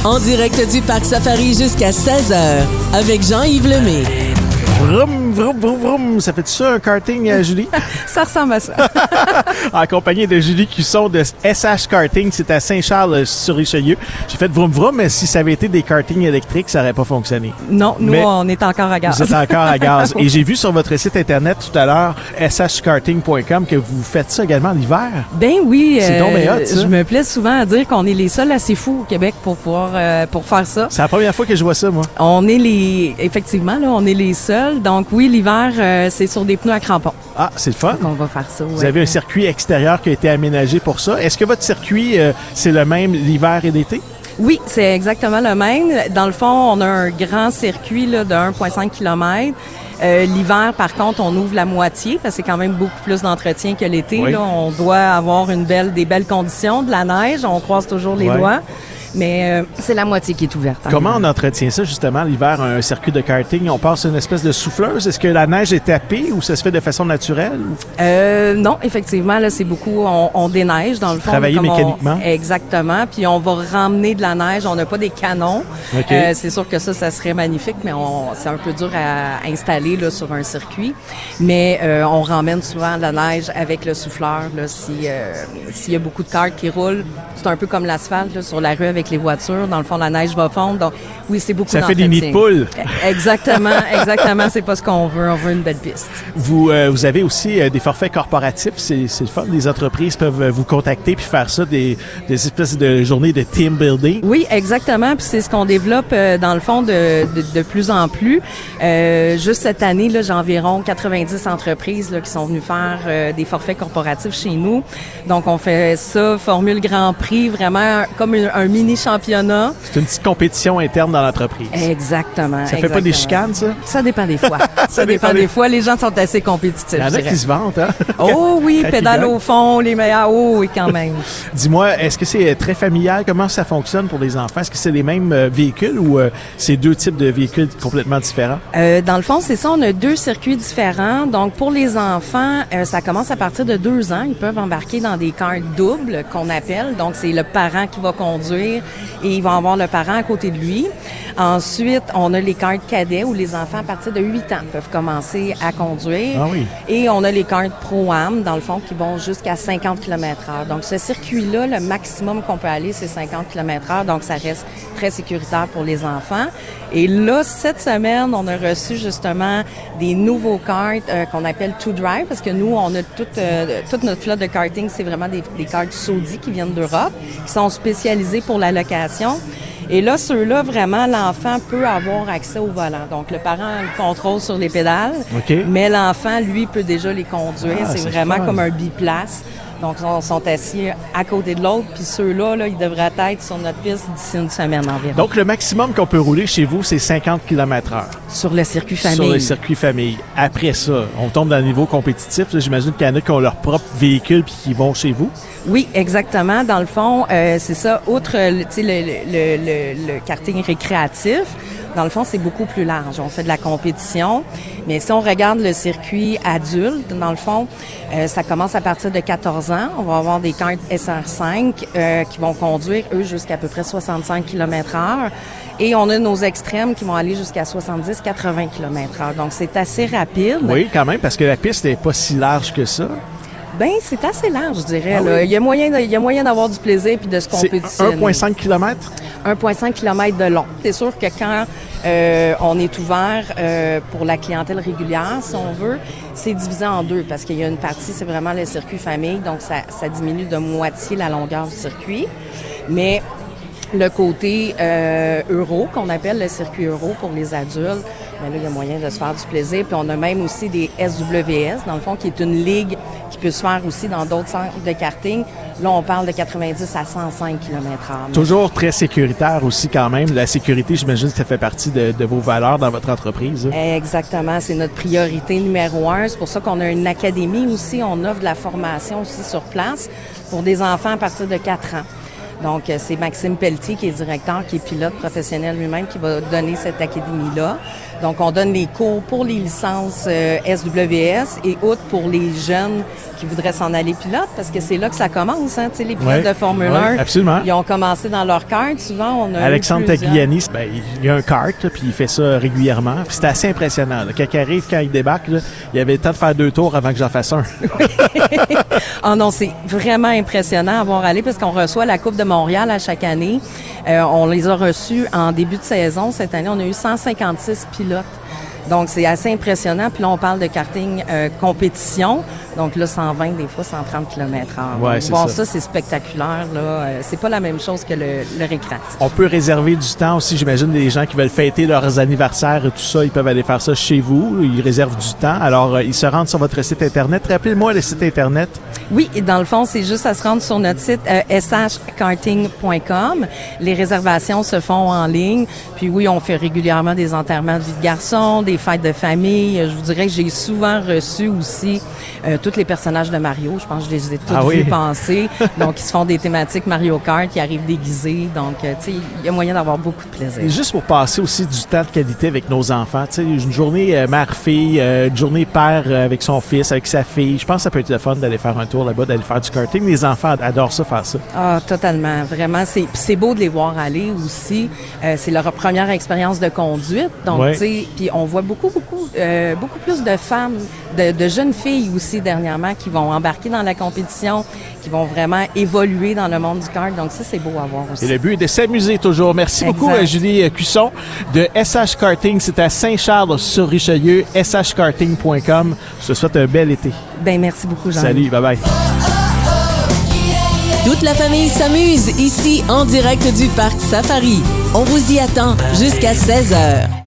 En direct du Parc Safari jusqu'à 16h avec Jean-Yves Lemay. Vroom, vroom, vroom, vroom. Ça fait ça un karting, Julie? Ça ressemble à ça. En compagnie de Julie Cusson de SH Karting, c'est à Saint-Charles-sur-Richelieu. J'ai fait vroom, vroom, mais si ça avait été des kartings électriques, ça n'aurait pas fonctionné. Non, nous, on est encore à gaz. Vous êtes encore à gaz. Et j'ai vu sur votre site Internet tout à l'heure, shkarting.com, que vous faites ça également l'hiver. Ben oui. C'est donc bien hot, ça. Je me plais souvent à dire qu'on est les seuls assez fous au Québec pour faire ça. C'est la première fois que je vois ça, moi. Effectivement, là, on est les seuls. Donc oui, l'hiver, c'est sur des pneus à crampons. Ah, c'est le fun. Donc on va faire ça. Vous avez un circuit extérieur qui a été aménagé pour ça. Est-ce que votre circuit, c'est le même l'hiver et l'été? Oui, c'est exactement le même. Dans le fond, on a un grand circuit là, de 1,5 km. L'hiver, par contre, on ouvre la moitié parce que c'est quand même beaucoup plus d'entretien que l'été. Oui. Là, on doit avoir des belles conditions, de la neige. On croise toujours les doigts. Mais c'est la moitié qui est ouverte. Comment on entretient ça, justement, l'hiver, un circuit de karting? On passe une espèce de souffleuse? Est-ce que la neige est tapée ou ça se fait de façon naturelle? Non, effectivement, là, c'est beaucoup... On déneige, dans le fond. Travailler mécaniquement? Exactement. Puis on va ramener de la neige. On n'a pas des canons. Okay. C'est sûr que ça serait magnifique, mais c'est un peu dur à installer là, sur un circuit. Mais on ramène souvent de la neige avec le souffleur. Là, s'il y a beaucoup de karts qui roulent, c'est un peu comme l'asphalte là, sur la rue avec les voitures. Dans le fond, la neige va fondre. Donc, oui, c'est beaucoup d'entretien. Ça fait des nids de poules. Exactement. C'est pas ce qu'on veut. On veut une belle piste. Vous avez aussi des forfaits corporatifs. C'est le fun. Les entreprises peuvent vous contacter puis faire ça, des espèces de journées de team building. Oui, exactement. Puis c'est ce qu'on développe dans le fond de plus en plus. Juste cette année, là, j'ai environ 90 entreprises là, qui sont venues faire des forfaits corporatifs chez nous. Donc, on fait ça, formule Grand Prix, vraiment comme un mini-championnat. C'est une petite compétition interne dans l'entreprise. Exactement. Ça fait pas des chicanes, ça? Ça dépend des fois. Ça dépend des fois. Les gens sont assez compétitifs. Il y en a qui se vantent, hein? Oh oui, pédale au fond, les meilleurs. Oh oui, quand même. Dis-moi, est-ce que c'est très familial? Comment ça fonctionne pour les enfants? Est-ce que c'est les mêmes véhicules ou c'est deux types de véhicules complètement différents? Dans le fond, c'est ça. On a deux circuits différents. Donc, pour les enfants, ça commence à partir de 2 ans. Ils peuvent embarquer dans des cars doubles qu'on appelle. Donc, c'est le parent qui va conduire et il va avoir le parent à côté de lui. Ensuite, on a les cars cadets où les enfants à partir de 8 ans peuvent commencer à conduire. Ah oui. Et on a les cars Pro-Am, dans le fond, qui vont jusqu'à 50 km/h. Donc, ce circuit-là, le maximum qu'on peut aller, c'est 50 km/h. Donc, ça reste très sécuritaire pour les enfants. Et là, cette semaine, on a reçu justement des nouveaux karts qu'on appelle To Drive parce que nous, on a toute notre flotte de karting, c'est vraiment des karts Saudi qui viennent d'Europe, qui sont spécialisés pour la location. Et là, ceux-là, vraiment, l'enfant peut avoir accès au volant. Donc, le parent le contrôle sur les pédales, mais l'enfant, lui, peut déjà les conduire. C'est vraiment comme un biplace. Donc, ils sont assis à côté de l'autre. Puis ceux-là, là, ils devraient être sur notre piste d'ici une semaine environ. Donc, le maximum qu'on peut rouler chez vous, c'est 50 km/h. Sur le circuit famille. Sur le circuit famille. Après ça, on tombe dans le niveau compétitif. Là, j'imagine qu'il y en a qui ont leur propre véhicule puis qui vont chez vous. Oui, exactement. Dans le fond, c'est ça. Outre le karting récréatif, dans le fond, c'est beaucoup plus large. On fait de la compétition. Mais si on regarde le circuit adulte, dans le fond, ça commence à partir de 14 ans. On va avoir des karts SR5 qui vont conduire, eux, jusqu'à peu près 65 km/h. Et on a nos extrêmes qui vont aller jusqu'à 70-80 km/h. Donc, c'est assez rapide. Oui, quand même, parce que la piste n'est pas si large que ça. Ben, c'est assez large, je dirais. Ah là. oui? Il y a moyen d'avoir du plaisir puis de se compétitionner. C'est 1,5 km? 1,5 km de long. C'est sûr que quand on est ouvert pour la clientèle régulière, si on veut, c'est divisé en deux parce qu'il y a une partie, c'est vraiment le circuit famille, donc ça diminue de moitié la longueur du circuit. Mais le côté euro, qu'on appelle le circuit euro pour les adultes, bien là, il y a moyen de se faire du plaisir. Puis on a même aussi des SWS, dans le fond, qui est une ligue qui peut se faire aussi dans d'autres centres de karting. Là, on parle de 90 à 105 km/h. Toujours très sécuritaire aussi quand même. La sécurité, j'imagine que ça fait partie de vos valeurs dans votre entreprise. Exactement. C'est notre priorité numéro 1. C'est pour ça qu'on a une académie aussi. On offre de la formation aussi sur place pour des enfants à partir de 4 ans. Donc, c'est Maxime Pelletier qui est directeur, qui est pilote professionnel lui-même, qui va donner cette académie-là. Donc, on donne les cours pour les licences SWS et outre pour les jeunes qui voudraient s'en aller pilote, parce que c'est là que ça commence, hein, tu sais, les pilotes de Formule 1. Absolument. Ils ont commencé dans leur kart. Souvent, on a Alexandre Tagliani, il a un kart, puis il fait ça régulièrement. Puis c'est assez impressionnant. Là. Quand il débarque, là, il avait le temps de faire 2 tours avant que j'en fasse un. Ah non, c'est vraiment impressionnant à voir aller, parce qu'on reçoit la Coupe de Montréal à chaque année. On les a reçus en début de saison. Cette année, on a eu 156 pilotes. Donc, c'est assez impressionnant. Puis là, on parle de karting compétition. Donc là, 120, des fois, 130 km/h. Ouais, c'est bon, ça. C'est spectaculaire, là. C'est pas la même chose que le récréatif. On peut réserver du temps aussi. J'imagine des gens qui veulent fêter leurs anniversaires et tout ça, ils peuvent aller faire ça chez vous. Ils réservent du temps. Alors, ils se rendent sur votre site Internet. Rappelez-moi le site Internet. Oui, et dans le fond, c'est juste à se rendre sur notre site shkarting.com. Les réservations se font en ligne. Puis oui, on fait régulièrement des enterrements de vie de garçon, des fêtes de famille. Je vous dirais que j'ai souvent reçu aussi tous les personnages de Mario. Je pense que je les ai tous vus passer. Donc, ils se font des thématiques Mario Kart qui arrivent déguisés. Donc, tu sais, il y a moyen d'avoir beaucoup de plaisir. Et juste pour passer aussi du temps de qualité avec nos enfants. Tu sais, une journée mère-fille, une journée père avec son fils, avec sa fille. Je pense que ça peut être le fun d'aller faire un tour là-bas, d'aller faire du karting. Les enfants adorent ça, faire ça. Ah, totalement. Vraiment, c'est beau de les voir aller aussi. C'est leur première expérience de conduite. Donc, tu sais, puis on voit beaucoup plus de femmes, de jeunes filles aussi dernièrement qui vont embarquer dans la compétition, qui vont vraiment évoluer dans le monde du kart. Donc ça, c'est beau à voir aussi. Et le but est de s'amuser toujours. Merci beaucoup, Julie Cusson de SH Karting. C'est à Saint-Charles-sur-Richelieu, shkarting.com. Je te souhaite un bel été. Ben merci beaucoup, Jean. Salut, bye-bye. Toute la famille s'amuse ici en direct du Parc Safari. On vous y attend jusqu'à 16h.